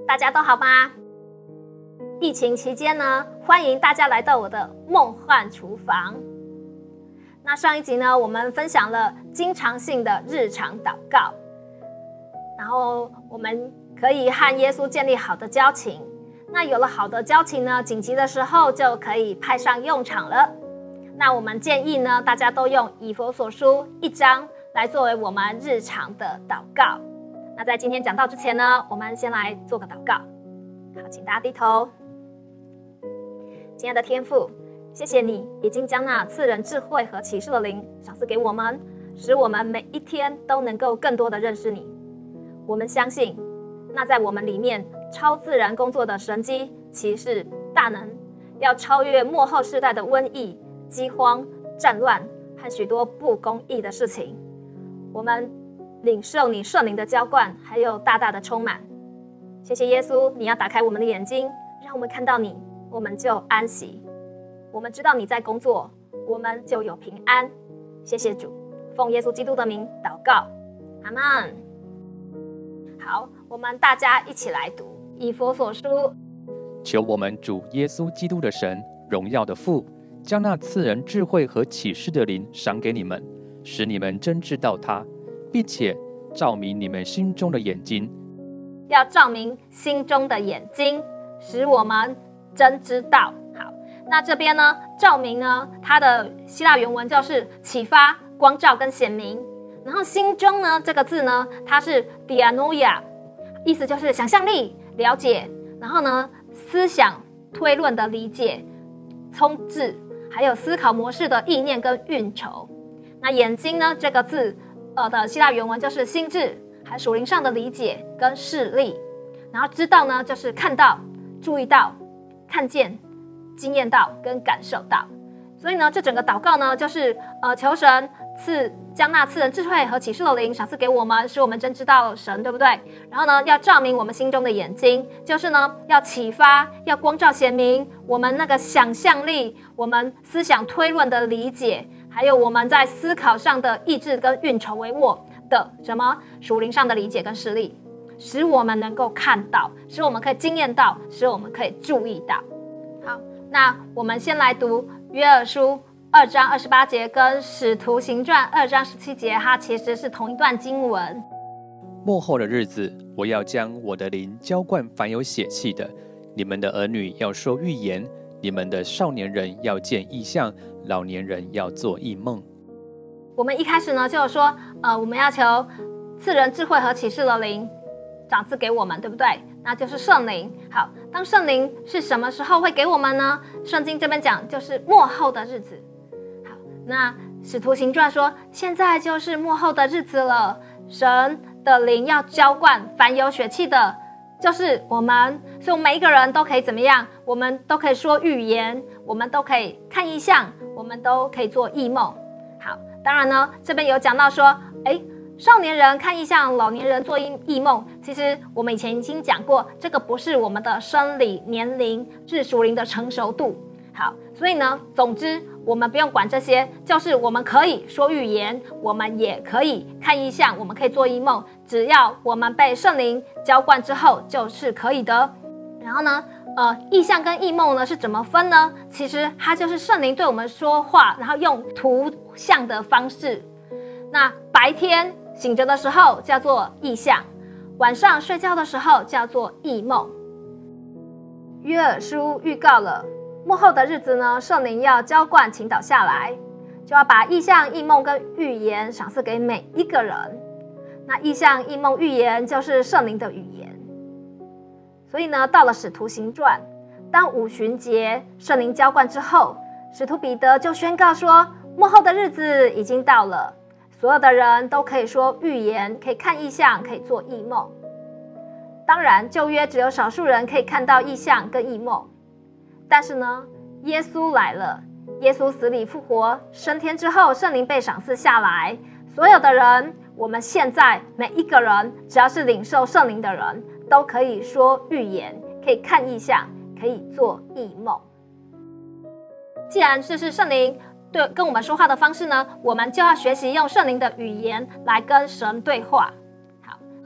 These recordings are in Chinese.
大家都好吗？疫情期间呢，欢迎大家来到我的梦幻厨房。那上一集呢，我们分享了经常性的日常祷告，然后我们可以和耶稣建立好的交情。那有了好的交情呢，紧急的时候就可以派上用场了。那我们建议呢，大家都用以弗所书1章来作为我们日常的祷告。那在今天讲道之前呢，我们先来做个祷告。好，请大家低头。亲爱的天父，谢谢你已经将那赐人智慧和启示的灵赏赐给我们，使我们每一天都能够更多的认识你。我们相信那在我们里面超自然工作的神迹奇事大能，要超越末后世代的瘟疫、饥荒、战乱和许多不公义的事情。我们领受你圣灵的浇灌，还有大大的充满。谢谢耶稣，你要打开我们的眼睛，让我们看到你，我们就安息。我们知道你在工作，我们就有平安。谢谢主，奉耶稣基督的名祷告，阿们。好，我们大家一起来读以弗所书。 求我们主耶稣基督的神，荣耀的父，将那赐人智慧和启示的灵赏给你们，使你们真知道他，并且照明你们心中的眼睛。 要照明心中的眼睛，使我们真知道。好，那这边呢，照明呢，它的希腊原文就是启发、光照跟显明。然后心中呢，这个字呢，它是 dianoia， 意思就是想象力、了解，然后呢，思想推论的理解、聪智，还有思考模式的意念跟运筹。那眼睛呢，这个字的希腊原文就是心智，还属灵上的理解跟视力。然后知道呢，就是看到、注意到、看见、经验到跟感受到。所以呢，这整个祷告呢，就是求神将那赐人智慧和启示的灵赏赐给我们，使我们真知道神，对不对？然后呢，要照明我们心中的眼睛，就是呢，要启发，要光照显明我们那个想象力，我们思想推论的理解，还有我们在思考上的意志跟运筹帷幄的什么属灵上的理解跟视力，使我们能够看到，使我们可以经验到，使我们可以注意到。好，那我们先来读约珥书2章28节跟使徒行传2章17节，它其实是同一段经文。 末后的日子，我要将我的灵浇灌凡有血气的，你们的儿女要说预言，你们的少年人要见异象，老年人要做异梦。 我们一开始呢就有说，我们要求赐人智慧和启示的灵赏赐给我们，对不对？那就是圣灵。好，当圣灵是什么时候会给我们呢？圣经这边讲就是末后的日子。好，那使徒行传说现在就是末后的日子了，神的灵要浇灌凡有血气的，就是我们。所以我们每一个人都可以怎么样？我们都可以说预言，我们都可以看异象，我们都可以做异梦。好，当然呢，这边有讲到说，少年人看异象，老年人做异梦。其实我们以前已经讲过，这个不是我们的生理年龄，是属灵的成熟度。好，所以呢，总之我们不用管这些，就是我们可以说预言，我们也可以看异象，我们可以做异梦，只要我们被圣灵浇灌之后，就是可以的。然后呢，异象跟异梦呢是怎么分呢？其实它就是圣灵对我们说话，然后用图像的方式。那白天醒着的时候叫做异象，晚上睡觉的时候叫做异梦。约珥书预告了末后的日子呢，圣灵要浇灌倾倒下来，就要把异象、异梦跟预言赏赐给每一个人。那异象、异梦、预言就是圣灵的语言。所以呢，到了使徒行传，当五旬节圣灵浇灌之后，使徒彼得就宣告说，末后的日子已经到了，所有的人都可以说预言，可以看异象，可以做异梦。当然，旧约只有少数人可以看到异象跟异梦，但是呢，耶稣来了，耶稣死里复活，升天之后，圣灵被赏赐下来，所有的人，我们现在每一个人，只要是领受圣灵的人，都可以说预言，可以看异象，可以做异梦。既然这是圣灵跟我们说话的方式呢，我们就要学习用圣灵的语言来跟神对话。好，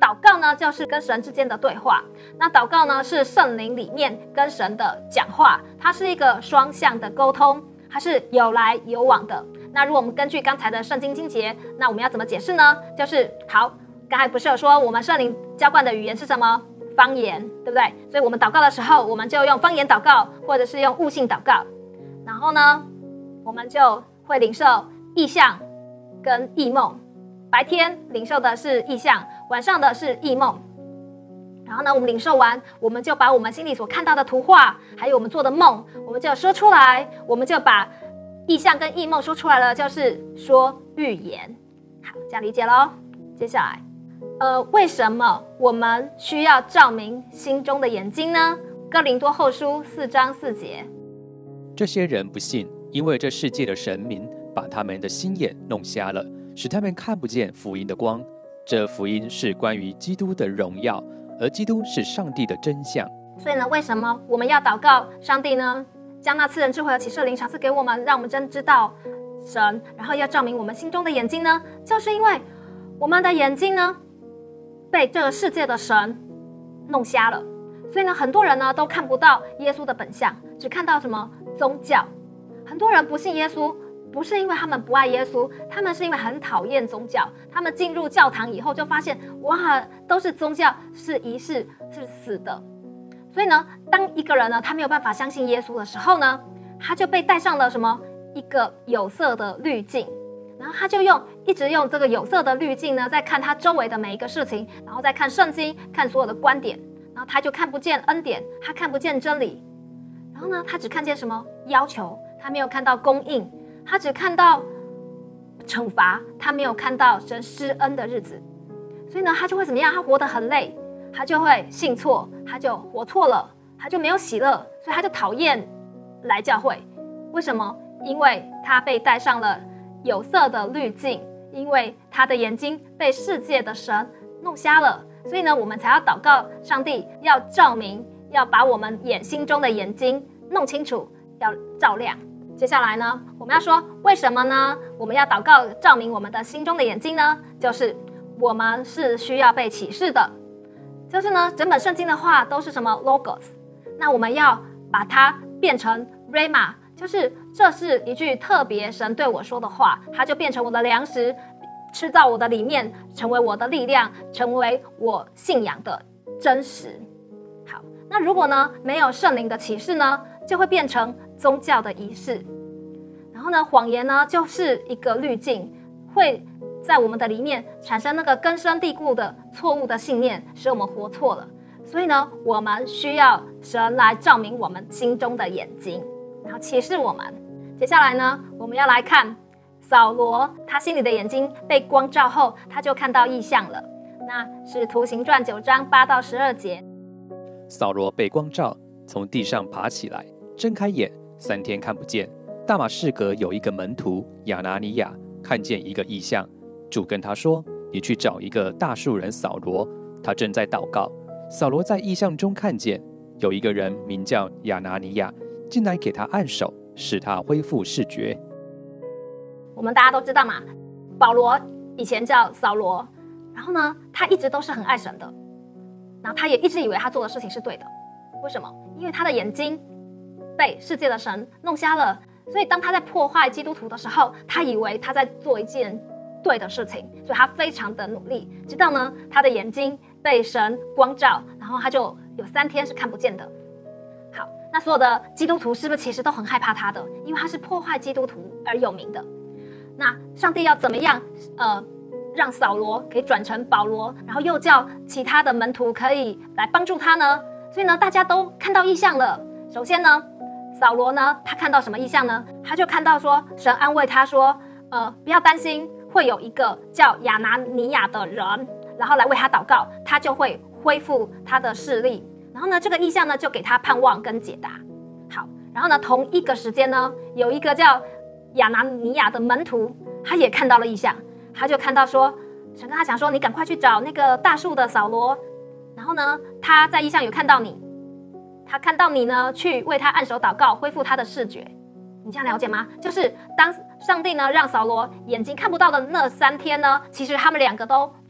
祷告呢，就是跟神之间的对话。那祷告呢，是圣灵里面跟神的讲话，它是一个双向的沟通，它是有来有往的。那如果我们根据刚才的圣经经节，那我们要怎么解释呢？就是好，刚才不是有说我们圣灵浇灌的语言是什么？方言，对不对？所以我们祷告的时候，我们就用方言祷告，或者是用悟性祷告。然后呢，我们就会领受异象跟异梦。白天领受的是异象，晚上的是异梦。然后呢，我们领受完，我们就把我们心里所看到的图画，还有我们做的梦，我们就说出来。我们就把异象跟异梦说出来了，就是说预言。好，这样理解咯。接下来，为什么我们需要照明心中的眼睛呢？哥林多后书4章4节。 这些人不信，因为这世界的神明把他们的心眼弄瞎了，使他们看不见福音的光。这福音是关于基督的荣耀，而基督是上帝的真相。 所以呢，为什么我们要祷告上帝呢？将那赐人智慧和启示的灵赏赐给我们，让我们真知道神，然后要照明我们心中的眼睛呢？就是因为我们的眼睛呢，被这个世界的神弄瞎了。所以呢，很多人呢都看不到耶稣的本相，只看到什么宗教。很多人不信耶稣，不是因为他们不爱耶稣，他们是因为很讨厌宗教。他们进入教堂以后就发现，哇，都是宗教，是仪式，是死的。所以呢，当一个人呢，他没有办法相信耶稣的时候呢，他就被带上了什么一个有色的滤镜，然后他就一直用这个有色的滤镜呢，在看他周围的每一个事情，然后再看圣经，看所有的观点，然后他就看不见恩典，他看不见真理，然后呢，他只看见什么要求，他没有看到供应，他只看到惩罚，他没有看到神施恩的日子，所以呢，他就会怎么样？他活得很累，他就会信错，他就活错了，他就没有喜乐，所以他就讨厌来教会。为什么？因为他被带上了有色的滤镜，因为他的眼睛被世界的神弄瞎了，所以呢，我们才要祷告上帝要照明，要把我们心中的眼睛弄清楚，要照亮。接下来呢，我们要说为什么呢？我们要祷告照明我们的心中的眼睛呢？就是我们是需要被启示的。就是呢，整本圣经的话都是什么 logos， 那我们要把它变成 rhema， 就是这是一句特别神对我说的话，它就变成我的粮食，吃到我的里面，成为我的力量，成为我信仰的真实。好，那如果呢没有圣灵的启示呢，就会变成宗教的仪式。然后呢，谎言呢就是一个滤镜，会在我们的里面产生那个根深蒂固的错误的信念，使我们活错了。所以呢，我们需要神来照明我们心中的眼睛，然后启示我们。接下来呢，我们要来看扫罗，他心里的眼睛被光照后，他就看到异象了。那是《使徒行传》9章8到12节。 扫罗被光照，从地上爬起来，睁开眼，3天看不见。大马士革有一个门徒亚拿尼亚看见一个异象，主跟他说：“你去找一个大数人扫罗，他正在祷告。”扫罗在异象中看见有一个人名叫亚拿尼亚，进来给他按手，使他恢复视觉。 我们大家都知道嘛，保罗以前叫扫罗，然后呢，他一直都是很爱神的，然后他也一直以为他做的事情是对的。为什么？因为他的眼睛被世界的神弄瞎了，所以当他在破坏基督徒的时候，他以为他在做一件对的事情，所以他非常的努力，直到呢他的眼睛被神光照，然后他就有3天是看不见的。好，那所有的基督徒是不是其实都很害怕他的？因为他是破坏基督徒而有名的。那上帝要怎么样让扫罗可以转成保罗，然后又叫其他的门徒可以来帮助他呢？所以呢，大家都看到异象了。首先呢，扫罗呢，他看到什么异象呢？他就看到说，神安慰他说，不要担心，会有一个叫亚拿尼亚的人，然后来为他祷告，他就会恢复他的视力。然后呢，这个异象呢，就给他盼望跟解答。好，然后呢，同一个时间呢，有一个叫亚拿尼亚的门徒，他也看到了异象，他就看到说，神跟他讲说，你赶快去找那个大树的扫罗。然后呢，他在异象有看到你，他看到你呢，去为他按手祷告，恢复他的视觉。你这样了解吗？就是当上帝呢让扫罗眼睛看不到的那3天呢，其实他们2个都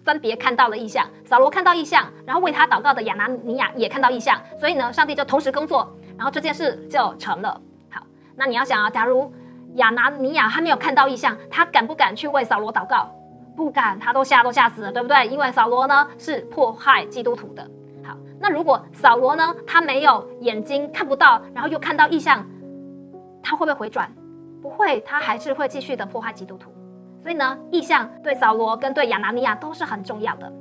分别看到了异象，扫罗看到异象，然后为他祷告的亚拿尼亚也看到异象，所以呢，上帝就同时工作，然后这件事就成了。好，那你要想啊，假如亚拿尼亚他没有看到异象，他敢不敢去为扫罗祷告？不敢，他都吓死了，对不对？因为扫罗呢是迫害基督徒的。好，那如果扫罗呢，他没有眼睛看不到，然后又看到异象，他会不会回转？不会，他还是会继续的迫害基督徒。所以呢，异象对扫罗跟对亚拿尼亚都是很重要的。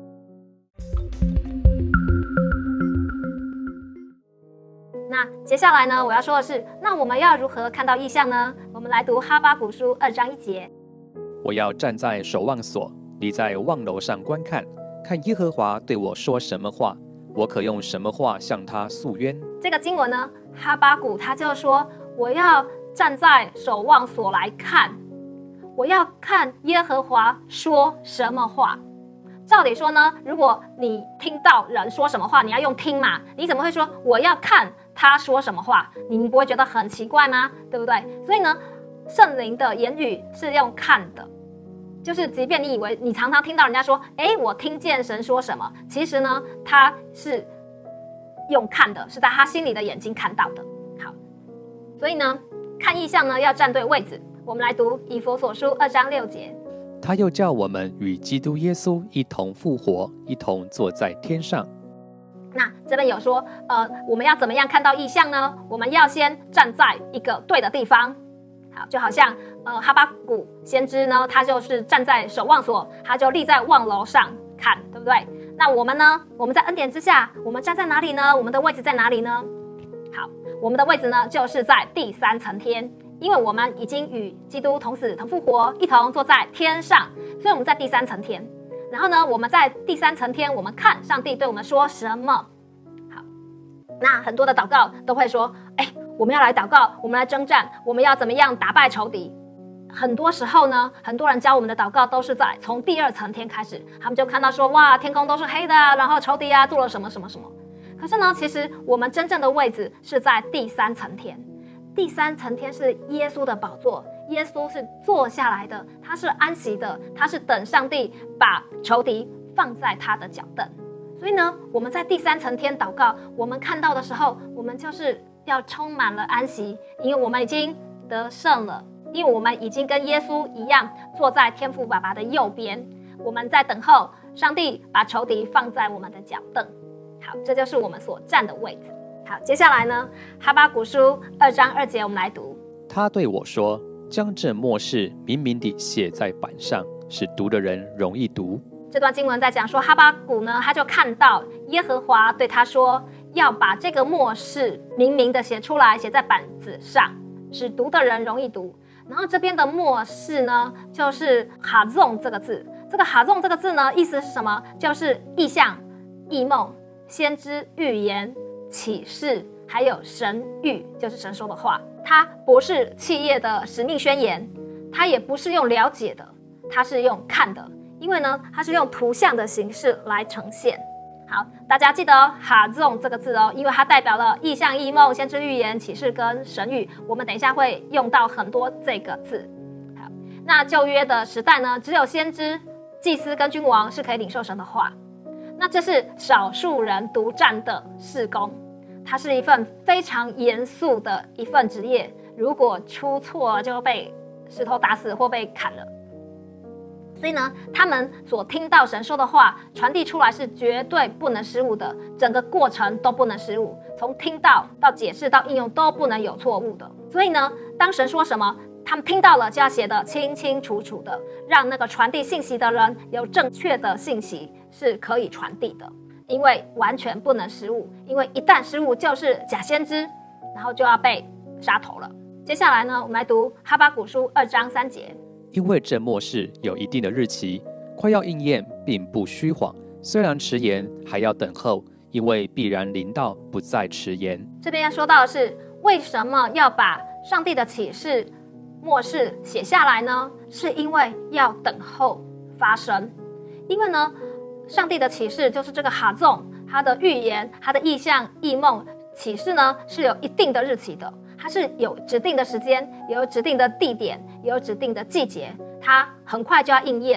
那接下来呢，我要说的是，那我们要如何看到异象呢？我们来读哈巴谷书2章1节。 我要站在守望所，立在望楼上观看，看耶和华对我说什么话，我可用什么话向他诉冤。 这个经文呢，哈巴谷他就说，我要站在守望所来看，我要看耶和华说什么话。照理说呢，如果你听到人说什么话，你要用听嘛，你怎么会说我要看他说什么话？你们不会觉得很奇怪吗？对不对？所以呢，圣灵的言语是用看的，就是即便你以为你常常听到人家说我听见神说什么，其实呢他是用看的，是在他心里的眼睛看到的。好，所以呢看异象呢要站对位置。我们来读以弗所书2章6节。 他又叫我们与基督耶稣一同复活，一同坐在天上。 那这边有说我们要怎么样看到异象呢？我们要先站在一个对的地方。好，就好像哈巴谷先知呢，他就是站在守望所，他就立在望楼上看，对不对？那我们呢？我们在恩典之下，我们站在哪里呢？我们的位置在哪里呢？好，我们的位置呢，就是在第3层天，因为我们已经与基督同死同复活，一同坐在天上，所以我们在第3层天。然后呢，我们在第3层天，我们看上帝对我们说什么。好，那很多的祷告都会说，我们要来祷告，我们来征战，我们要怎么样打败仇敌。很多时候呢，很多人教我们的祷告都是从第2层天开始，他们就看到说，哇，天空都是黑的啊，然后仇敌啊做了什么什么什么。可是呢，其实我们真正的位置是在第3层天。第3层天是耶稣的宝座，耶稣是坐下来的，他是安息的，他是等上帝把仇敌放在他的脚凳。所以呢，我们在第3层天祷告，我们看到的时候，我们就是要充满了安息，因为我们已经得胜了，因为我们已经跟耶稣一样坐在天父爸爸的右边，我们在等候上帝把仇敌放在我们的脚凳。好，这就是我们所站的位置。好，接下来呢，哈巴谷书2章2节，我们来读。 他对我说，将这末世明明地写在板上，使读的人容易读。 这段经文在讲说，哈巴谷呢，他就看到耶和华对他说，要把这个末世明明的写出来，写在板子上，使读的人容易读。然后这边的末世呢，就是哈纵这个字。这个哈纵这个字呢，意思是什么？就是异象、异梦、先知预言、启示，还有神谕，就是神说的话。它不是企业的使命宣言，它也不是用了解的，它是用看的。因为呢，它是用图像的形式来呈现。好，大家记得哈纵这个字哦，因为它代表了异象、异梦、先知预言、启示跟神谕。我们等一下会用到很多这个字。好，那旧约的时代呢，只有先知、祭司跟君王是可以领受神的话。那这是少数人独占的事工，它是一份非常严肃的一份职业，如果出错了就被石头打死或被砍了。所以呢，他们所听到神说的话传递出来是绝对不能失误的，整个过程都不能失误，从听到到解释到应用都不能有错误的。所以呢，当神说什么，他们听到了就要写得清清楚楚的，让那个传递信息的人有正确的信息是可以传递的，因为完全不能失误，因为一旦失误就是假先知，然后就要被杀头了。接下来呢，我们来读哈巴谷书2章3节。 因为这末世有一定的日期，快要应验，并不虚谎。虽然迟延，还要等候，因为必然临到，不再迟延。 这边要说到的是，为什么要把上帝的启示末世写下来呢？是因为要等候发生。因为呢，上帝的启示就是这个哈纵，他的预言、他的异象、异梦、启示呢，是有一定的日期的。它是有指定的时间，有指定的地点，有指定的季节，它很快就要应验。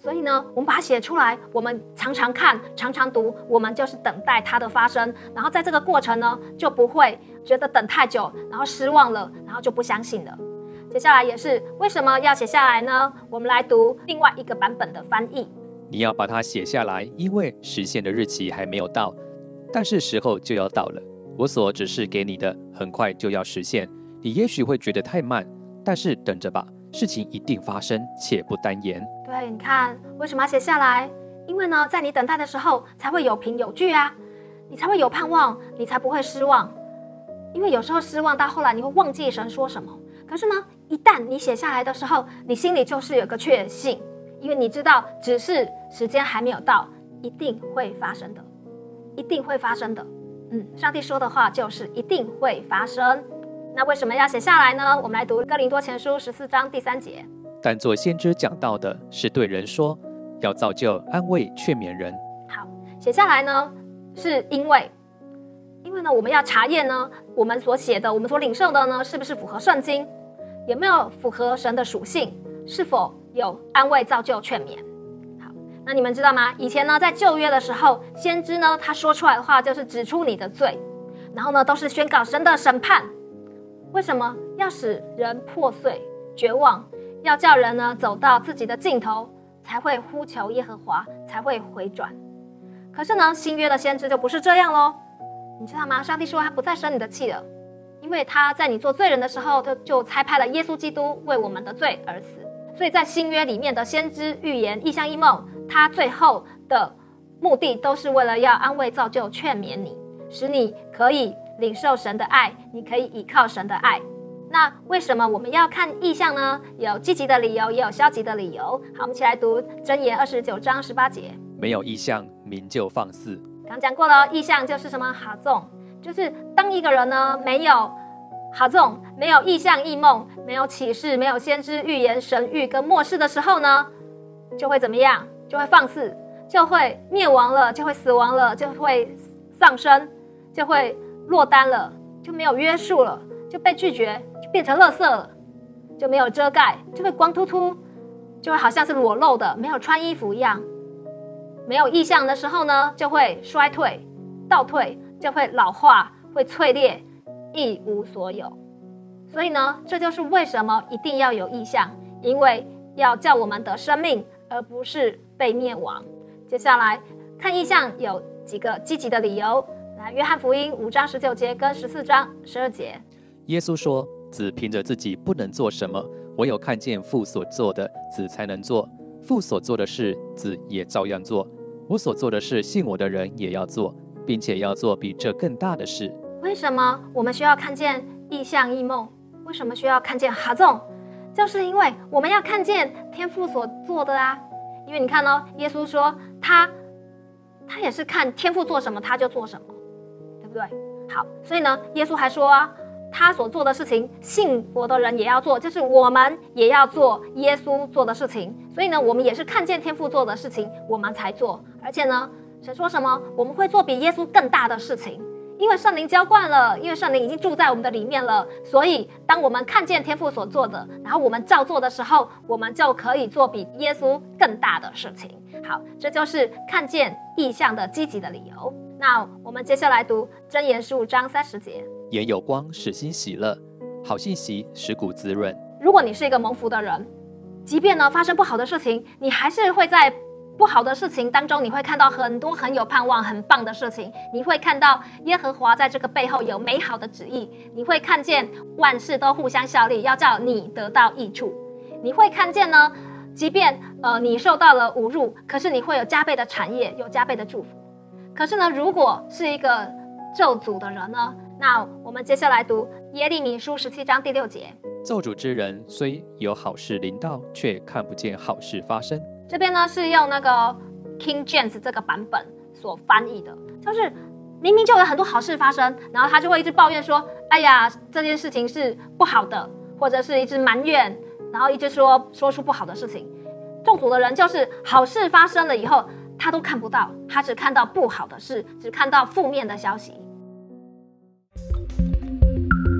所以呢，我们把它写出来，我们常常看，常常读，我们就是等待它的发生。然后在这个过程呢，就不会觉得等太久，然后失望了，然后就不相信了。接下来也是为什么要写下来呢？我们来读另外一个版本的翻译。 你要把它写下来，因为实现的日期还没有到，但是时候就要到了。我所指示给你的，很快就要实现。你也许会觉得太慢，但是等着吧，事情一定发生，且不单言。 对，你看为什么要写下来？因为呢，在你等待的时候，才会有凭有据啊，你才会有盼望，你才不会失望。因为有时候失望到后来，你会忘记神说什么。可是呢，一旦你写下来的时候，你心里就是有个确信，因为你知道，只是时间还没有到，一定会发生的，一定会发生的。上帝说的话就是一定会发生。那为什么要写下来呢？我们来读哥林多前书14章第3节。 但做先知讲道的是对人说，要造就、安慰、劝勉人。 好，写下来呢，是因为呢，我们要查验呢，我们所写的、我们所领受的呢，是不是符合圣经，有没有符合神的属性，是否有安慰、造就、劝勉。好，那你们知道吗？以前呢，在旧约的时候，先知呢，他说出来的话就是指出你的罪，然后呢，都是宣告神的审判。为什么要使人破碎、绝望？要叫人呢走到自己的尽头，才会呼求耶和华，才会回转。可是呢，新约的先知就不是这样咯。你知道吗？上帝说他不再生你的气了，因为他在你做罪人的时候，就差派了耶稣基督为我们的罪而死。所以在新约里面的先知预言、异象、异梦，他最后的目的都是为了要安慰、造就、劝勉你，使你可以领受神的爱，你可以依靠神的爱。那为什么我们要看异象呢？有积极的理由，也有消极的理由。好，我们一起来读箴言29章18节。 没有异象，民就放肆。 刚讲过了，异象就是什么？哈纵，就是当一个人呢没有哈纵，没有异象异梦，没有启示，没有先知预言、神谕跟末世的时候呢，就会怎么样？就会放肆，就会灭亡了，就会死亡了，就会丧生，就会落单了，就没有约束了，就被拒绝，就变成垃圾了，就没有遮盖，就会光秃秃，就会好像是裸露的，没有穿衣服一样。没有异象的时候呢，就会衰退、倒退，就会老化、会脆裂，一无所有。所以呢，这就是为什么一定要有异象，因为要叫我们得生命，而不是被灭亡。接下来看异象有几个积极的理由。来，约翰福音5章19节跟14章12节。 耶稣说：“子凭着自己不能做什么，唯有看见父所做的，子才能做。父所做的事，子也照样做。我所做的事，信我的人也要做，并且要做比这更大的事。” 为什么我们需要看见异象异梦？为什么需要看见哈纵？就是因为我们要看见天父所做的啊。因为你看哦，耶稣说他也是看天父做什么他就做什么，对不对？好，所以呢，耶稣还说啊，他所做的事情，信我的人也要做，就是我们也要做耶稣做的事情。所以呢，我们也是看见天父做的事情，我们才做。而且呢，神说什么？我们会做比耶稣更大的事情，因为圣灵浇灌了，因为圣灵已经住在我们的里面了。所以，当我们看见天父所做的，然后我们照做的时候，我们就可以做比耶稣更大的事情。好，这就是看见异象的积极的理由。那我们接下来读箴言15章30节。 眼有光，使心喜乐；好信息使骨滋润。 如果你是一个蒙福的人，即便呢发生不好的事情，你还是会在不好的事情当中，你会看到很多很有盼望、很棒的事情。你会看到耶和华在这个背后有美好的旨意，你会看见万事都互相效力，要叫你得到益处。你会看见呢，即便你受到了侮辱，可是你会有加倍的产业，有加倍的祝福。可是呢，如果是一个咒诅的人呢，那我们接下来读耶利米书17章第6节。 咒诅之人虽有好事临到，却看不见好事发生。 这边呢是用那个 King James 这个版本所翻译的，就是明明就有很多好事发生，然后他就会一直抱怨说，哎呀，这件事情是不好的，或者是一直埋怨，然后一直说出不好的事情。咒诅的人就是好事发生了以后，他都看不到，他只看到不好的事，只看到负面的消息。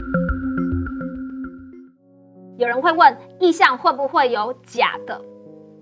有人会问，异象会不会有假的？好，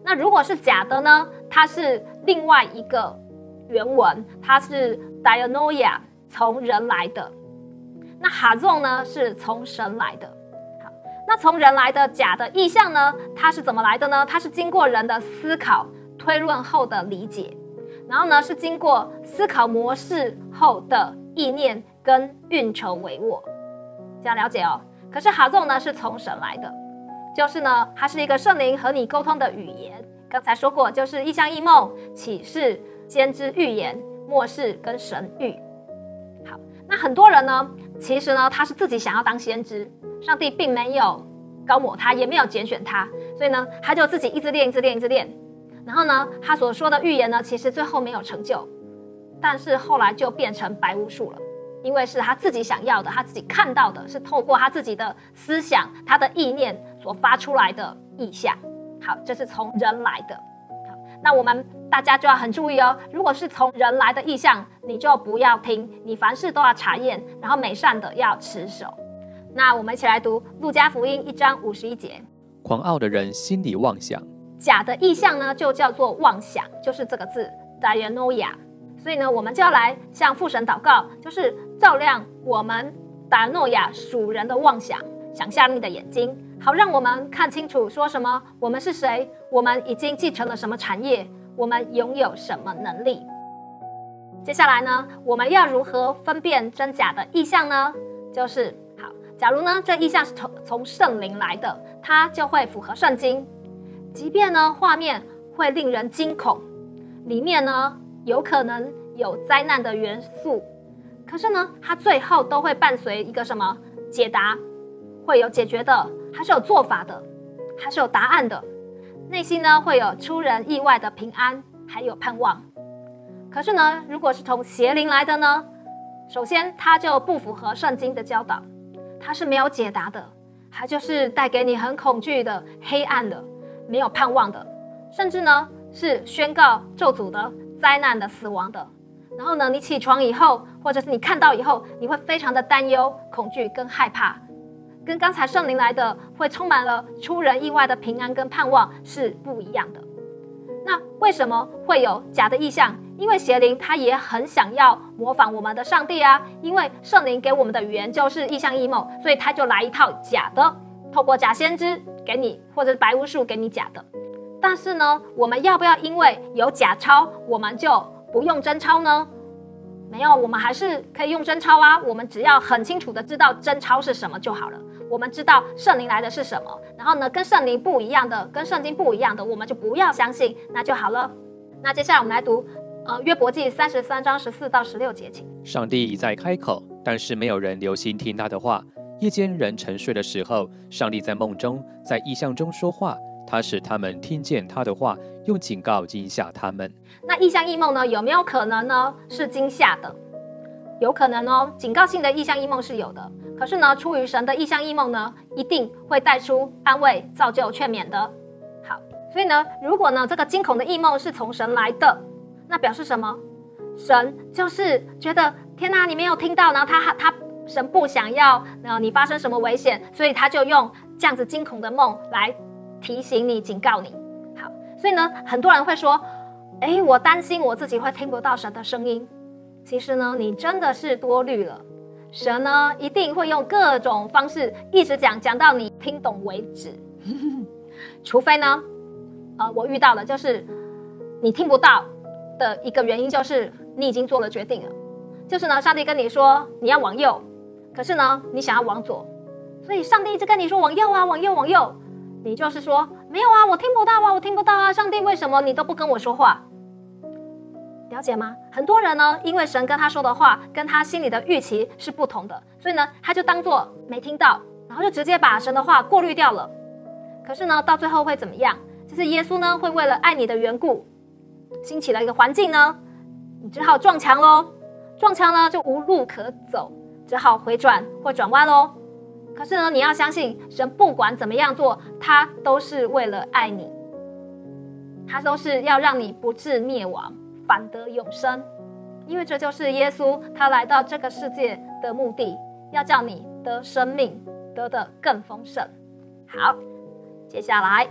那如果是假的呢，它是另外一个原文，它是 dianoia， 从人来的。那 hazon 呢是从神来的。好，那从人来的假的意象呢，它是怎么来的呢？它是经过人的思考推论后的理解，然后呢是经过思考模式后的意念跟运筹帷幄，这样了解哦。可是 hazon 呢是从神来的，就是呢它是一个圣灵和你沟通的语言。刚才说过，就是异象、异梦、启示、先知预言、默示跟神谕。好，那很多人呢，其实呢他是自己想要当先知，上帝并没有高抹他，也没有拣选他，所以呢他就自己一直练，然后呢他所说的预言呢，其实最后没有成就，但是后来就变成白巫术了，因为是他自己想要的，他自己看到的，是透过他自己的思想、他的意念所发出来的意象。好，这是从人来的。好，那我们大家就要很注意哦，如果是从人来的意象，你就不要听，你凡事都要查验，然后美善的要持守。那我们一起来读路加福音1章51节。 狂傲的人心里妄想， 假的意象呢就叫做妄想，就是这个字 dianoia。 所以呢我们就要来向父神祷告，就是照亮我们 dianoia 属人的妄想，想象力的眼睛，好让我们看清楚说什么，我们是谁，我们已经继承了什么产业，我们拥有什么能力。接下来呢，我们要如何分辨真假的意象呢？就是好，假如呢这意象是从圣灵来的，它就会符合圣经，即便呢画面会令人惊恐，里面呢有可能有灾难的元素，可是呢它最后都会伴随一个什么解答，会有解决的，还是有做法的，还是有答案的，内心呢会有出人意外的平安，还有盼望。可是呢如果是从邪灵来的呢，首先它就不符合圣经的教导，它是没有解答的，它就是带给你很恐惧的、黑暗的、没有盼望的，甚至呢是宣告咒诅的、灾难的、死亡的。然后呢你起床以后，或者是你看到以后，你会非常的担忧、恐惧跟害怕，跟刚才圣灵来的会充满了出人意外的平安跟盼望是不一样的。那为什么会有假的意象？因为邪灵他也很想要模仿我们的上帝啊，因为圣灵给我们的语言就是异象异梦，所以他就来一套假的，透过假先知给你，或者是白巫术给你假的。但是呢我们要不要因为有假钞我们就不用真钞呢？没有，我们还是可以用真钞啊，我们只要很清楚的知道真钞是什么就好了，我们知道圣灵来的是什么，然后呢跟圣灵不一样的，跟圣经不一样的，我们就不要相信，那就好了。那接下来我们来读约伯记33章14到16节，请。 上帝已在开口，但是没有人留心听他的话。夜间人沉睡的时候，上帝在梦中、在异象中说话，他使他们听见他的话，用警告惊吓他们。 那异象异梦呢，有没有可能呢是惊吓的？有可能哦，警告性的异象异梦是有的。可是呢，出于神的异象异梦呢，一定会带出安慰、造就、劝勉的。好，所以呢，如果呢这个惊恐的异梦是从神来的，那表示什么？神就是觉得天哪，你没有听到，然后他神不想要你发生什么危险，所以他就用这样子惊恐的梦来提醒你、警告你。好，所以呢，很多人会说，我担心我自己会听不到神的声音。其实呢，你真的是多虑了。神呢，一定会用各种方式一直讲到你听懂为止。除非呢，我遇到了就是你听不到的一个原因，就是你已经做了决定了。就是呢，上帝跟你说你要往右，可是呢，你想要往左，所以上帝一直跟你说往右啊，往右，往右。你就是说没有啊，我听不到啊，我听不到啊，上帝为什么你都不跟我说话？了解吗？很多人呢，因为神跟他说的话跟他心里的预期是不同的，所以呢他就当作没听到，然后就直接把神的话过滤掉了。可是呢到最后会怎么样？就是耶稣呢会为了爱你的缘故，兴起了一个环境呢，你只好撞墙咯，撞墙呢就无路可走，只好回转或转弯咯。可是呢你要相信神不管怎么样做，他都是为了爱你，他都是要让你不致灭亡，反得永生。因为这就是耶稣他来到这个世界的目的，要叫你得生命，得的更丰盛。好，接下来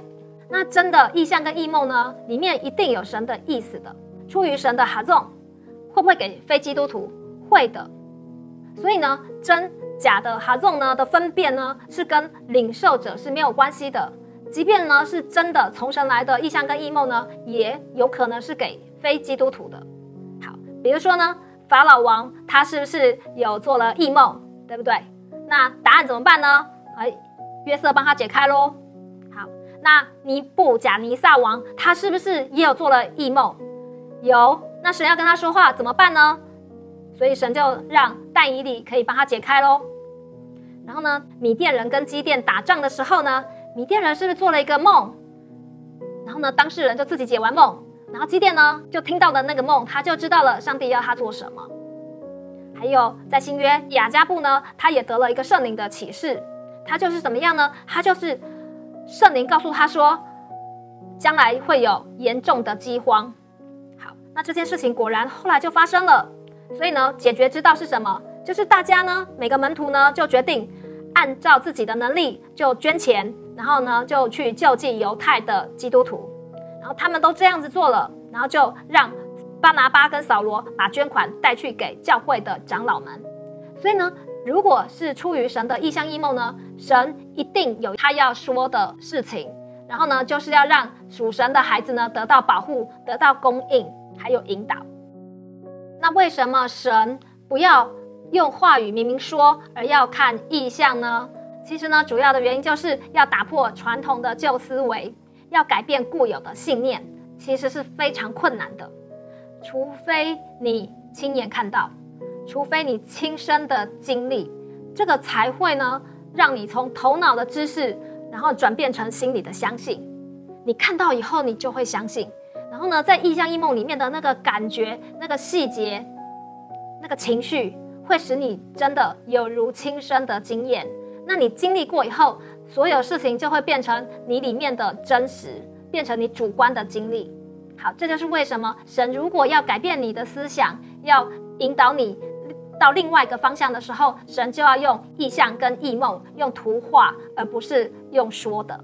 那真的意象跟异梦呢，里面一定有神的意思的。出于神的哈纵，会不会给非基督徒？会的。所以呢，真假的哈纵呢的分辨呢，是跟领受者是没有关系的。即便呢是真的从神来的意象跟异梦呢，也有可能是给非基督徒的。好，比如说呢，法老王他是不是有做了异梦，对不对？那答案怎么办呢？约瑟帮他解开咯。好，那尼布甲尼撒王他是不是也有做了异梦？有。那神要跟他说话怎么办呢？所以神就让但以理可以帮他解开咯。然后呢，米甸人跟基甸打仗的时候呢，米甸人是不是做了一个梦？然后呢，当事人就自己解完梦，然后基甸呢就听到的那个梦，他就知道了上帝要他做什么。还有在新约雅加布呢，他也得了一个圣灵的启示，他就是怎么样呢？他就是圣灵告诉他说，将来会有严重的饥荒。好，那这件事情果然后来就发生了。所以呢，解决之道是什么？就是大家呢，每个门徒呢就决定按照自己的能力就捐钱，然后呢就去救济犹太的基督徒。然后他们都这样子做了，然后就让巴拿巴跟扫罗把捐款带去给教会的长老们。所以呢，如果是出于神的意象异梦呢，神一定有他要说的事情，然后呢就是要让属神的孩子呢得到保护，得到供应，还有引导。那为什么神不要用话语明明说，而要看意象呢？其实呢，主要的原因就是要打破传统的旧思维，要改变固有的信念，其实是非常困难的。除非你亲眼看到，除非你亲身的经历，这个才会呢，让你从头脑的知识，然后转变成心里的相信。你看到以后，你就会相信。然后呢，在意象异梦里面的那个感觉、那个细节、那个情绪，会使你真的有如亲身的经验。那你经历过以后，所有事情就会变成你里面的真实，变成你主观的经历。好，这就是为什么神如果要改变你的思想，要引导你到另外一个方向的时候，神就要用意象跟异梦，用图画，而不是用说的。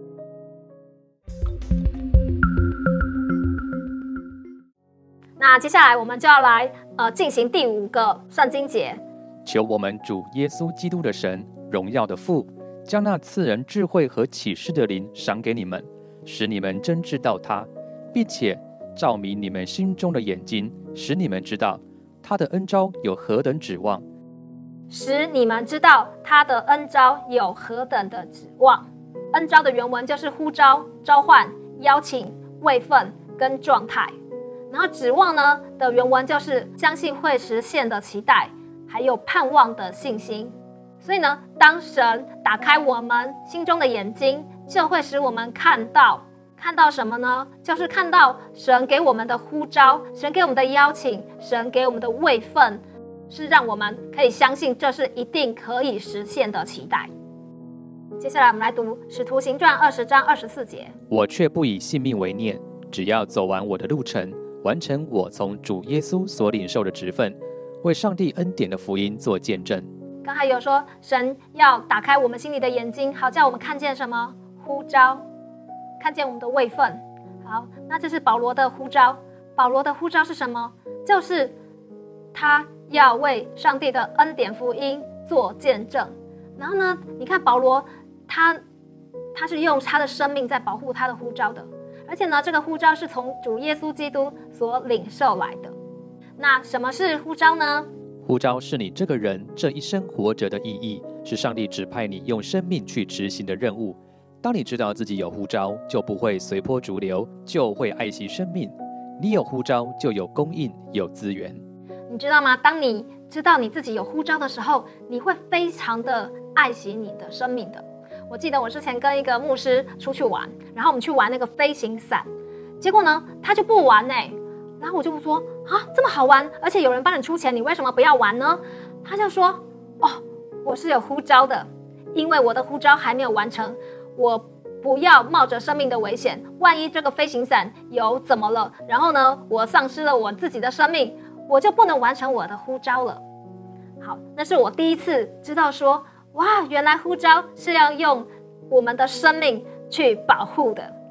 那接下来我们就要来进行第5个圣经节。 求我们主耶稣基督的神，荣耀的父，将那赐人智慧和启示的灵赏给你们，使你们真知道他，并且照明你们心中的眼睛，使你们知道他的恩召有何等指望。 使你们知道他的恩召有何等的指望。恩召的原文就是呼召、召唤、邀请、位分跟状态。然后指望呢的原文就是相信会实现的期待，还有盼望的信心。所以呢，当神打开我们心中的眼睛，就会使我们看到什么呢？就是看到神给我们的呼召，神给我们的邀请，神给我们的位分，是让我们可以相信这是一定可以实现的期待。接下来我们来读使徒行传20章24节。 我却不以性命为念，只要走完我的路程，完成我从主耶稣所领受的职分，为上帝恩典的福音做见证。 刚才有说神要打开我们心里的眼睛，好叫我们看见什么？呼召，看见我们的位分。好，那这是保罗的呼召。保罗的呼召是什么？就是他要为上帝的恩典福音做见证。然后呢，你看保罗他是用他的生命在保护他的呼召的。而且呢，这个呼召是从主耶稣基督所领受来的。那什么是呼召呢？ 呼召是你这个人这一生活着的意义，是上帝指派你用生命去执行的任务。当你知道自己有呼召，就不会随波逐流，就会爱惜生命。你有呼召，就有供应，有资源。 你知道吗？当你知道你自己有呼召的时候，你会非常的爱惜你的生命的。我记得我之前跟一个牧师出去玩，然后我们去玩那个飞行伞，结果呢他就不玩然后我就说这么好玩，而且有人帮你出钱，你为什么不要玩呢？他就说我是有呼召的，因为我的呼召还没有完成，我不要冒着生命的危险，万一这个飞行伞有怎么了，然后呢我丧失了我自己的生命，我就不能完成我的呼召了。好，那是我第一次知道说，哇，原来呼召是要用我们的生命去保护的。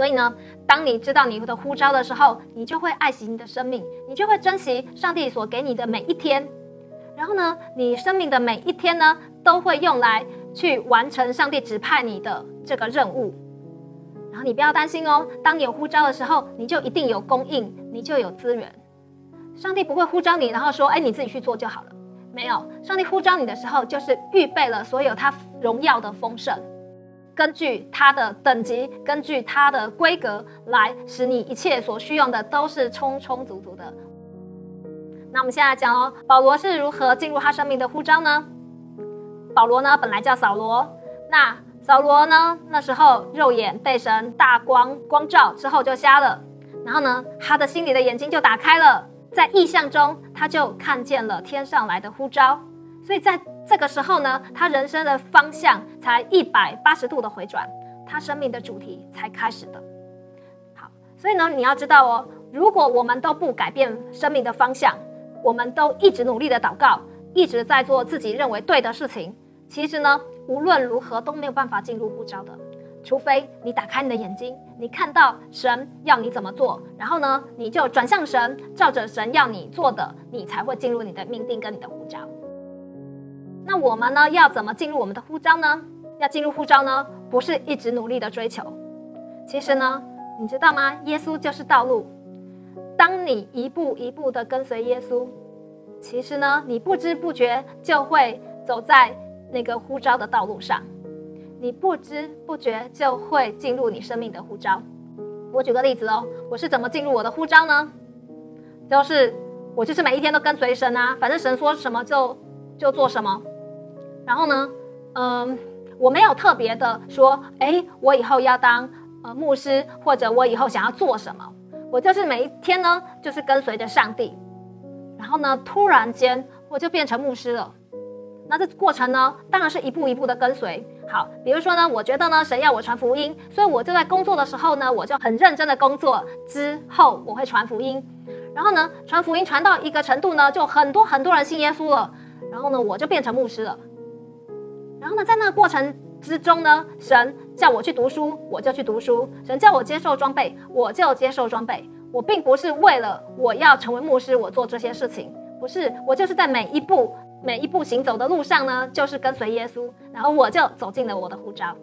所以呢，当你知道你的呼召的时候，你就会爱惜你的生命，你就会珍惜上帝所给你的每一天。然后呢，你生命的每一天呢，都会用来去完成上帝指派你的这个任务。然后你不要担心哦，当你有呼召的时候，你就一定有供应，你就有资源。上帝不会呼召你，然后说，你自己去做就好了。没有，上帝呼召你的时候，就是预备了所有他荣耀的丰盛，根据他的等级，根据他的规格来使你一切所需用的都是充充足足的。那我们现在讲哦，保罗是如何进入他生命的呼召呢？保罗呢，本来叫扫罗，那扫罗呢，那时候肉眼被神大光照之后就瞎了，然后呢，他的心里的眼睛就打开了，在异象中他就看见了天上来的呼召，所以在这个时候呢，他人生的方向才180度的回转，他生命的主题才开始的。好，所以呢，你要知道哦，如果我们都不改变生命的方向，我们都一直努力的祷告，一直在做自己认为对的事情，其实呢，无论如何都没有办法进入呼召的。除非你打开你的眼睛，你看到神要你怎么做，然后呢，你就转向神，照着神要你做的，你才会进入你的命定跟你的呼召。那我们呢，要怎么进入我们的呼召呢？要进入呼召呢，不是一直努力的追求。其实呢，你知道吗？耶稣就是道路。当你一步一步的跟随耶稣，其实呢，你不知不觉就会走在那个呼召的道路上。你不知不觉就会进入你生命的呼召。我举个例子哦，我是怎么进入我的呼召呢？我就是每一天都跟随神啊，反正神说什么就做什么。然后呢，我没有特别的说，我以后要当牧师，或者我以后想要做什么。我就是每一天呢，就是跟随着上帝。然后呢，突然间我就变成牧师了。那这过程呢，当然是一步一步的跟随。好，比如说呢，我觉得呢，神要我传福音，所以我就在工作的时候呢，我就很认真的工作，之后我会传福音。然后呢，传福音传到一个程度呢，就很多人信耶稣了。然后呢，我就变成牧师了。然后呢，在那个过程之中呢，神叫我去读书，我就去读书；神叫我接受装备，我就接受装备。我并不是为了我要成为牧师，我做这些事情，不是，我就是在每一步行走的路上呢，就是跟随耶稣，然后我就走进了我的呼召。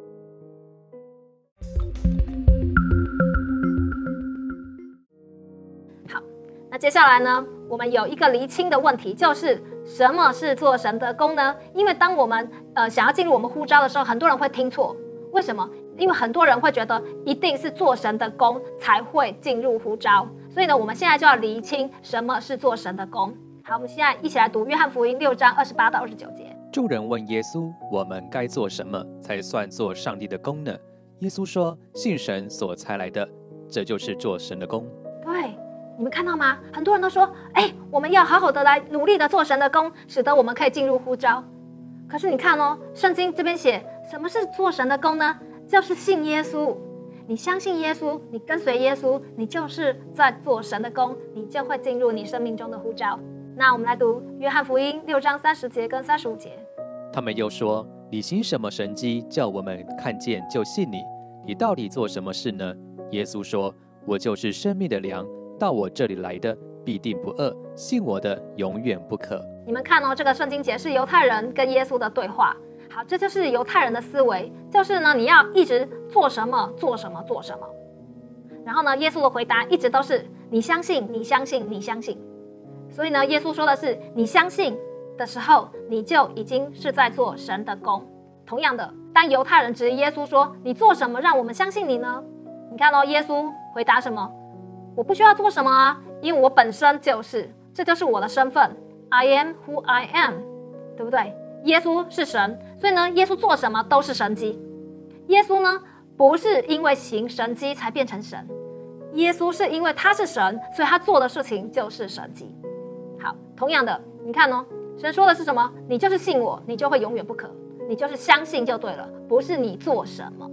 好，那接下来呢，我们有一个厘清的问题，就是什么是做神的工呢？因为当我们想要进入我们呼召的时候，很多人会听错。为什么？因为很多人会觉得一定是做神的工才会进入呼召，所以呢，我们现在就要厘清什么是做神的工。好，我们现在一起来读约翰福音6章28到29节。 众人问耶稣：“我们该做什么才算做上帝的工呢？”耶稣说：“信神所差来的，这就是做神的工。” 对，你们看到吗？很多人都说：“我们要好好的来努力的做神的工，使得我们可以进入呼召。”可是你看哦，圣经这边写，什么是做神的工呢？就是信耶稣。你相信耶稣，你跟随耶稣，你就是在做神的工，你就会进入你生命中的呼召。那我们来读约翰福音6章30节跟35节。 他们又说：“你行什么神迹，叫我们看见就信你？你到底做什么事呢？”耶稣说：“我就是生命的粮，到我这里来的必定不饿，信我的永远不渴。” 你们看哦，这个圣经节是犹太人跟耶稣的对话。好，这就是犹太人的思维，就是呢，你要一直做什么做什么做什么。然后呢，耶稣的回答一直都是你相信，你相信，你相信。所以呢，耶稣说的是，你相信的时候，你就已经是在做神的工。同样的，当犹太人质疑耶稣说，你做什么让我们相信你呢？你看哦，耶稣回答什么？我不需要做什么啊，因为我本身就是，这就是我的身份。I am who I am， 对不对？耶稣是神，所以呢，耶稣做什么都是神迹。耶稣呢，不是因为行神迹才变成神，耶稣是因为他是神，所以他做的事情就是神迹。好，同样的，你看哦，神说的是什么？你就是信我，你就会永远不渴，你就是相信就对了，不是你做什么。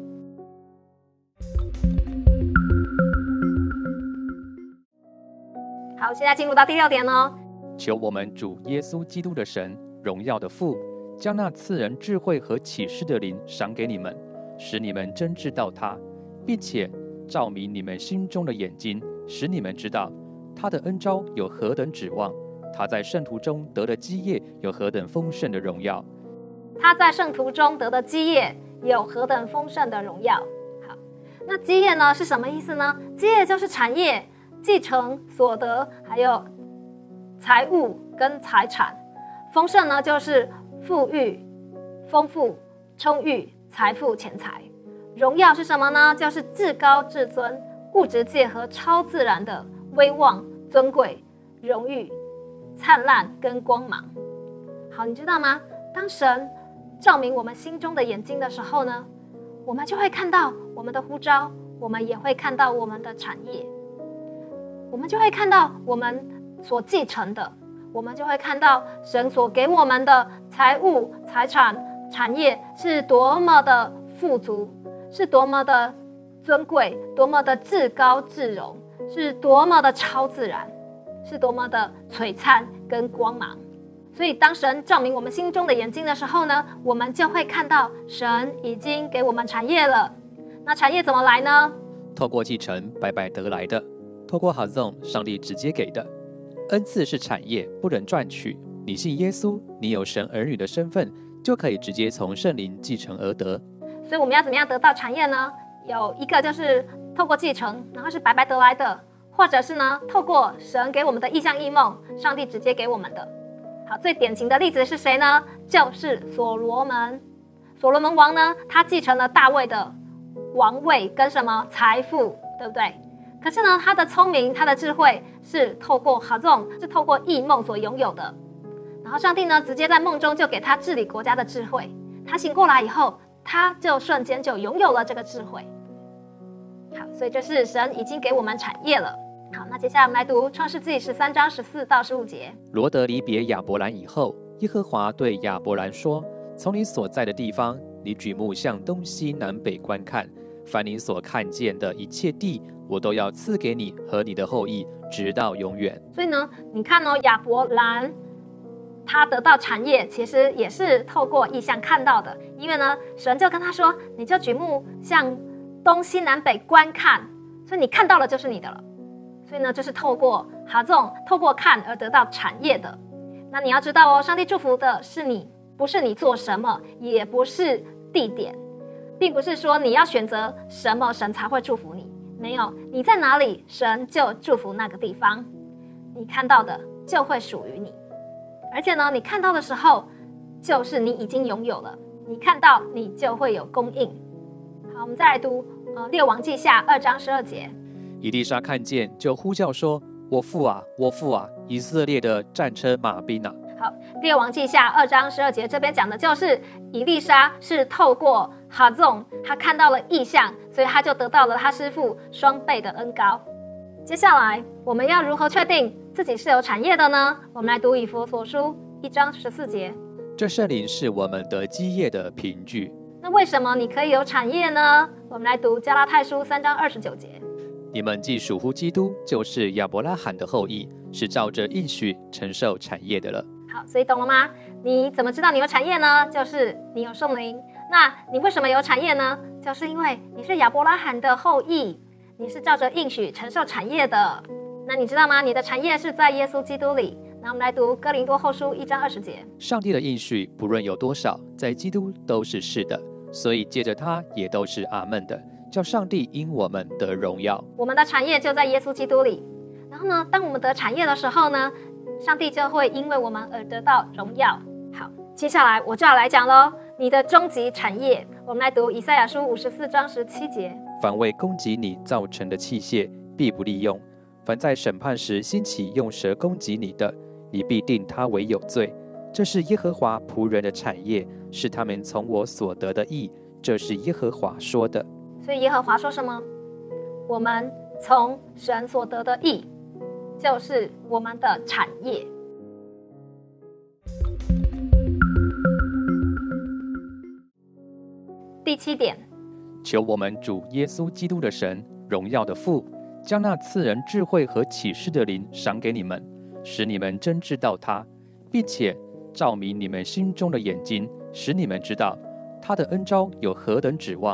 好，现在进入到第6点哦。 求我们主耶稣基督的神，荣耀的父，将那赐人智慧和启示的灵赏给你们，使你们真知道他，并且照明你们心中的眼睛，使你们知道他的恩召有何等指望，他在圣徒中得的基业有何等丰盛的荣耀。 他在圣徒中得的基业有何等丰盛的荣耀。好，那基业呢是什么意思呢？基业就是产业、继承、所得，还有财物跟财产。丰盛呢就是富裕、丰富、充裕、财富、钱财。荣耀是什么呢？就是至高至尊、物质界和超自然的威望、尊贵、荣誉、灿烂跟光芒。好，你知道吗？当神照明我们心中的眼睛的时候呢，我们就会看到我们的呼召，我们也会看到我们的产业，我们就会看到我们所继承的，我们就会看到神所给我们的财物、财产、产业是多么的富足，是多么的尊贵，多么的至高至荣，是多么的超自然，是多么的璀璨跟光芒。所以当神照明我们心中的眼睛的时候呢，我们就会看到神已经给我们产业了。那产业怎么来呢？ 透过继承白白得来的，透过哈纵上帝直接给的。恩赐是产业，不能赚取。你信耶稣，你有神儿女的身份，就可以直接从圣灵继承而得。 所以我们要怎么样得到产业呢？有一个就是透过继承，然后是白白得来的，或者是呢透过神给我们的异象异梦，上帝直接给我们的。好，最典型的例子是谁呢？就是所罗门。所罗门王呢，他继承了大卫的王位跟什么财富，对不对？可是呢，他的聪明、他的智慧是透过哈纵，是透过异梦所拥有的。然后上帝呢，直接在梦中就给他治理国家的智慧。他醒过来以后，他就瞬间就拥有了这个智慧。好，所以这是神已经给我们产业了。好，那接下来我们来读创世纪13章14到15节。 罗得离别亚伯兰以后，耶和华对亚伯兰说：从你所在的地方，你举目向东西南北观看，凡你所看见的一切地，我都要赐给你和你的后裔，直到永远。 所以呢，你看哦，亚伯兰他得到产业，其实也是透过异象看到的。因为呢，神就跟他说，你就举目向东西南北观看，所以你看到了就是你的了。所以呢，这是透过哈纵，透过看而得到产业的。那你要知道哦，上帝祝福的是你，不是你做什么，也不是地点，并不是说你要选择什么神才会祝福你。没有，你在哪里，神就祝福那个地方。你看到的就会属于你，而且呢，你看到的时候，就是你已经拥有了。你看到，你就会有供应。好，我们再来读列王记下2章12节。 以利沙看见，就呼叫说：我父啊，我父啊，以色列的战车马兵啊！ 好，列王记下2章12节，这边讲的就是以利沙是透过哈纵，他看到了异象，所以他就得到了他师父双倍的恩膏。接下来我们要如何确定自己是有产业的呢？我们来读以弗所书1章14节。 这圣灵是我们得基业的凭据。 那为什么你可以有产业呢？我们来读加拉太书3章29节。 你们既属乎基督，就是亚伯拉罕的后裔，是照着应许承受产业的了。 好，所以懂了吗？你怎么知道你有产业呢？就是你有圣灵。那你为什么有产业呢？就是因为你是亚伯拉罕的后裔，你是照着应许承受产业的。那你知道吗？你的产业是在耶稣基督里。那我们来读哥林多后书1章20节。 上帝的应许不论有多少，在基督都是是的，所以借着他也都是阿们的，叫上帝因我们得荣耀。 我们的产业就在耶稣基督里。然后呢，当我们得产业的时候呢，上帝就会因为我们而得到荣耀。好，接下来我就要来讲咯，你的终极产业。我们来读以赛亚书54章17节。 凡为攻击你造成的器械，必不利用；凡在审判时兴起用舌攻击你的，你必定他为有罪。这是耶和华仆人的产业，是他们从我所得的义。这是耶和华说的。 所以耶和华说什么？我们从神所得的义，就是我们的产业。第7点， 求我们主耶稣基督的神，荣耀的父，将那赐人智慧和启示的灵赏给你们，使你们真知道他，并且照明你们心中的眼睛，使你们知道他的恩召有何等指望，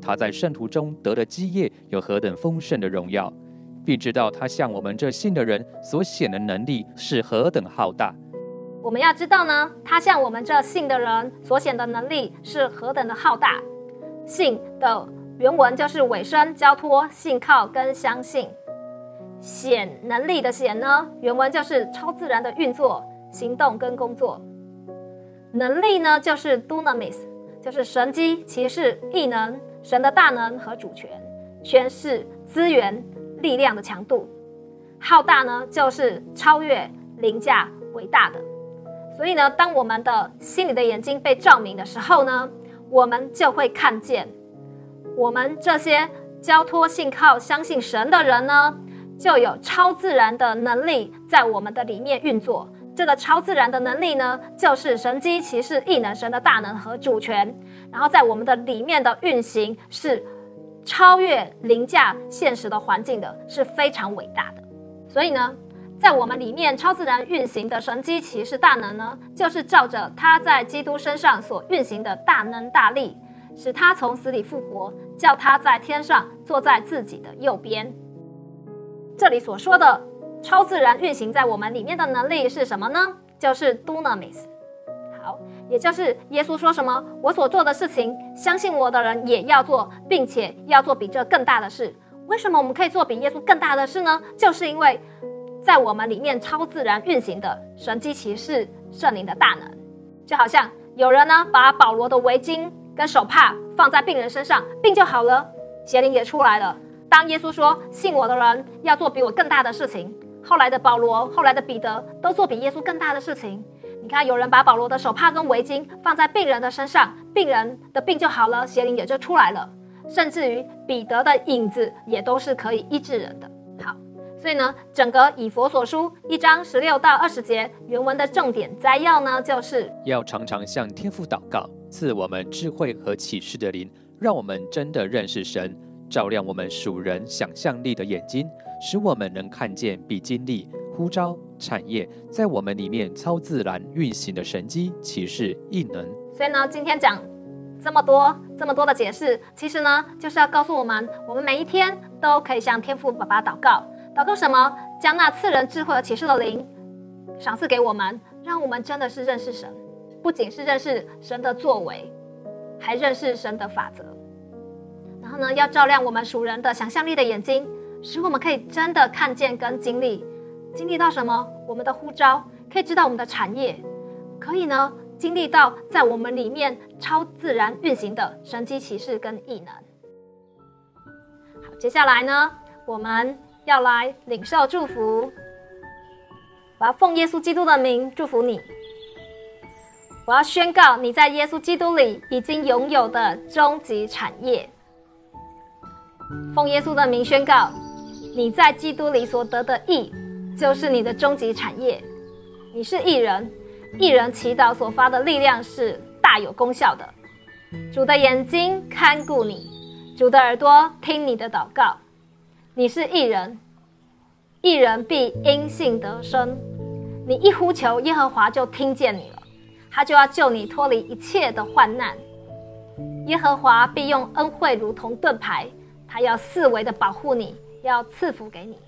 他在圣徒中得的基业有何等丰盛的荣耀，并知道他向我们这信的人所显的能力是何等浩大。 我们要知道呢，他向我们这信的人所显的能力是何等的浩大。信的原文就是委身、交托、信靠跟相信。显能力的显呢，原文就是超自然的运作、行动跟工作。能力呢，就是 dunamis， 就是神机、奇事、异能、神的大能和主权、权势、资源、力量的强度。浩大呢，就是超越、凌驾、伟大的。所以呢，当我们的心里的眼睛被照明的时候呢，我们就会看见，我们这些交托、信靠、相信神的人呢，就有超自然的能力在我们的里面运作。这个超自然的能力呢，就是神机、奇事、异能、神的大能和主权，然后在我们的里面的运行是超越、凌驾现实的环境的，是非常伟大的。所以呢，在我们里面超自然运行的神机、奇事、大能呢，就是照着他在基督身上所运行的大能大力，使他从死里复活，叫他在天上坐在自己的右边。这里所说的超自然运行在我们里面的能力是什么呢？就是 dunamis。 好，也就是耶稣说什么，我所做的事情，相信我的人也要做，并且要做比这更大的事。为什么我们可以做比耶稣更大的事呢？就是因为在我们里面超自然运行的神机奇事、圣灵的大能。就好像有人呢，把保罗的围巾跟手帕放在病人身上，病就好了，邪灵也出来了。当耶稣说信我的人要做比我更大的事情，后来的保罗、后来的彼得都做比耶稣更大的事情。你看，有人把保罗的手帕跟围巾放在病人的身上，病人的病就好了，邪灵也就出来了。甚至于彼得的影子也都是可以医治人的。好，所以呢，整个以弗所书1章16到20节原文的重点摘要呢，就是要常常向天父祷告，赐我们智慧和启示的灵，让我们真的认识神，照亮我们属人想象力的眼睛，使我们能看见并经历呼召、产业在我们里面超自然运行的神迹、启示、异能。 所以呢，今天讲这么多的解释，其实呢，就是要告诉我们，我们每一天都可以向天父爸爸祷告。祷告什么？将那赐人智慧和启示的灵赏赐给我们，让我们真的是认识神，不仅是认识神的作为，还认识神的法则。然后呢，要照亮我们属人的想象力的眼睛，使我们可以真的看见跟经历到什么？我们的呼召，可以知道我们的产业，可以呢经历到在我们里面超自然运行的神迹奇事跟异能。好，接下来呢，我们要来领受祝福。我要奉耶稣基督的名祝福你。我要宣告你在耶稣基督里已经拥有的终极产业。奉耶稣的名宣告，你在基督里所得的义，就是你的终极产业。你是义人，义人祈祷所发的力量是大有功效的。主的眼睛看顾你，主的耳朵听你的祷告。你是义人，义人必因信得生。你一呼求，耶和华就听见你了，他就要救你脱离一切的患难。耶和华必用恩惠如同盾牌，他要四围的保护你，要赐福给你。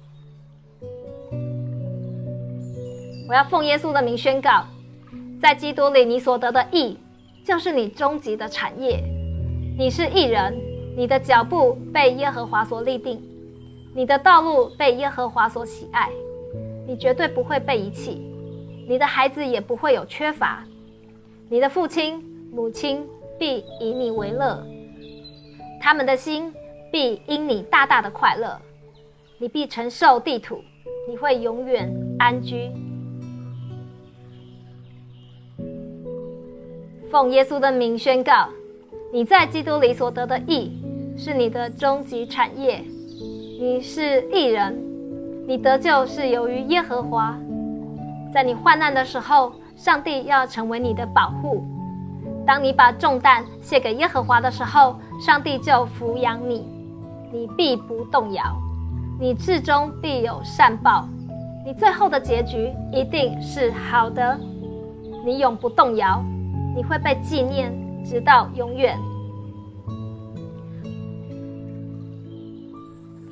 我要奉耶稣的名宣告，在基督里你所得的义，就是你终极的产业。你是义人，你的脚步被耶和华所立定，你的道路被耶和华所喜爱。你绝对不会被遗弃，你的孩子也不会有缺乏。你的父亲母亲必以你为乐，他们的心必因你大大的快乐。你必承受地土，你会永远安居。奉耶稣的名宣告，你在基督里所得的义，是你的终极产业。你是义人，你得救是由于耶和华。在你患难的时候，上帝要成为你的保护。当你把重担卸给耶和华的时候，上帝就抚养你，你必不动摇。你至终必有善报，你最后的结局一定是好的。你永不动摇，你会被纪念直到永远。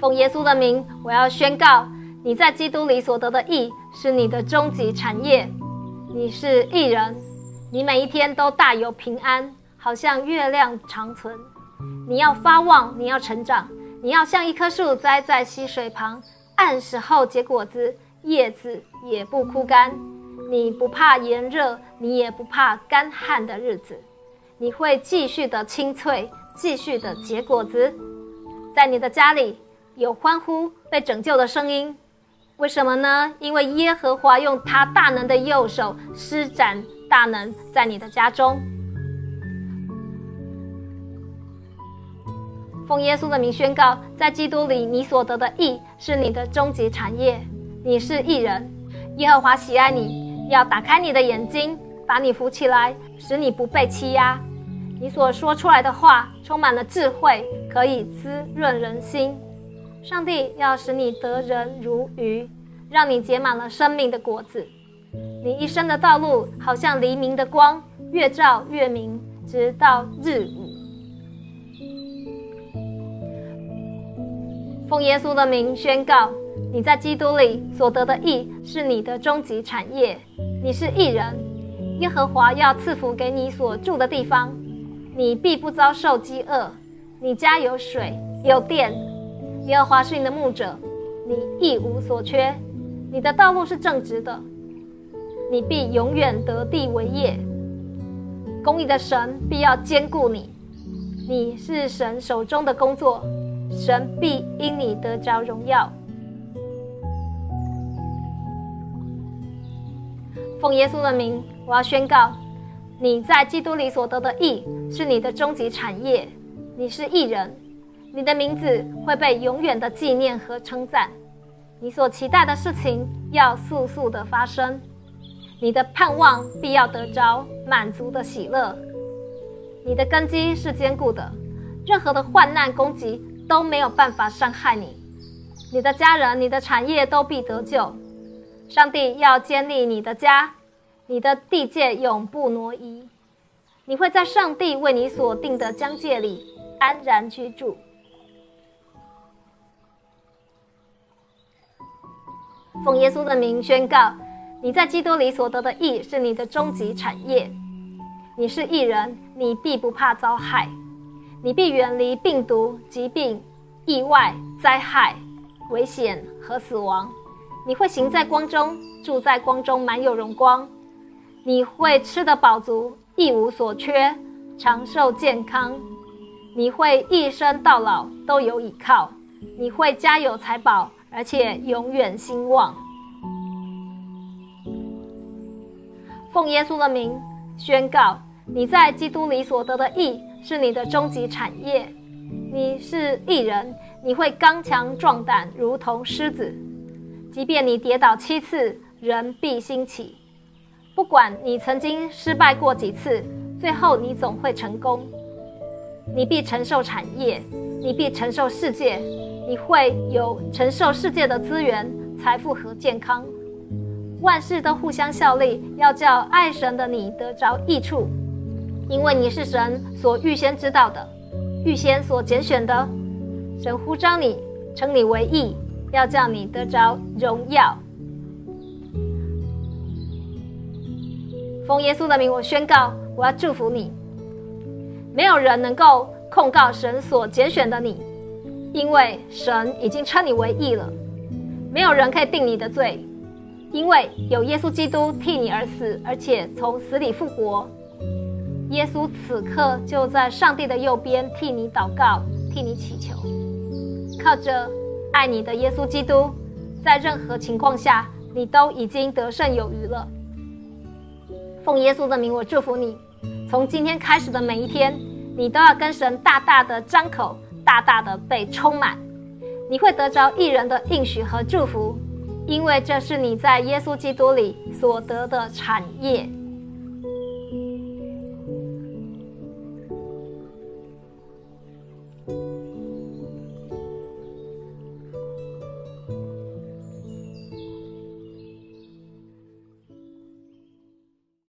奉耶稣的名，我要宣告，你在基督里所得的义是你的终极产业。你是义人，你每一天都大有平安，好像月亮长存。你要发旺，你要成长，你要像一棵树栽在溪水旁，按时候结果子，叶子也不枯干。你不怕炎热，你也不怕干旱的日子。你会继续的青翠，继续的结果子。在你的家里有欢呼被拯救的声音，为什么呢？因为耶和华用他大能的右手施展大能在你的家中。奉耶稣的名宣告，在基督里你所得的义是你的终极产业。你是义人，耶和华喜爱你，要打开你的眼睛，把你扶起来，使你不被欺压。你所说出来的话充满了智慧，可以滋润人心。上帝要使你得人如鱼，让你结满了生命的果子。你一生的道路好像黎明的光，越照越明，直到日午。奉耶稣的名宣告，你在基督里所得的义是你的终极产业。你是义人，耶和华要赐福给你所住的地方，你必不遭受饥饿。你家有水有电，耶和华是你的牧者，你一无所缺。你的道路是正直的，你必永远得地为业。公义的神必要坚固你，你是神手中的工作，神必因你得着荣耀。奉耶稣的名，我要宣告，你在基督里所得的义是你的终极产业。你是义人，你的名字会被永远的纪念和称赞。你所期待的事情要速速的发生，你的盼望必要得着满足的喜乐。你的根基是坚固的，任何的患难攻击都没有办法伤害你。你的家人，你的产业都必得救。上帝要建立你的家，你的地界永不挪移。你会在上帝为你所定的疆界里安然居住。奉耶稣的名宣告，你在基督里所得的义是你的终极产业。你是义人，你必不怕遭害，你必远离病毒、疾病、意外、灾害、危险和死亡。你会行在光中，住在光中，满有荣光。你会吃得饱足，一无所缺，长寿健康。你会一生到老都有倚靠，你会家有财宝，而且永远兴旺。奉耶稣的名宣告，你在基督里所得的义是你的终极产业。你是义人，你会刚强壮胆，如同狮子。即便你跌倒7次，人必兴起。不管你曾经失败过几次，最后你总会成功。你必承受产业，你必承受世界，你会有承受世界的资源、财富和健康。万事都互相效力，要叫爱神的你得着益处，因为你是神所预先知道的，预先所拣选的。神呼召你，称你为义，要叫你得着荣耀。奉耶稣的名，我宣告，我要祝福你。没有人能够控告神所拣选的你，因为神已经称你为义了。没有人可以定你的罪，因为有耶稣基督替你而死，而且从死里复活。耶稣此刻就在上帝的右边替你祷告，替你祈求。靠着爱你的耶稣基督，在任何情况下你都已经得胜有余了。奉耶稣的名，我祝福你，从今天开始的每一天，你都要跟神大大的张口，大大的被充满。你会得着义人的应许和祝福，因为这是你在耶稣基督里所得的产业。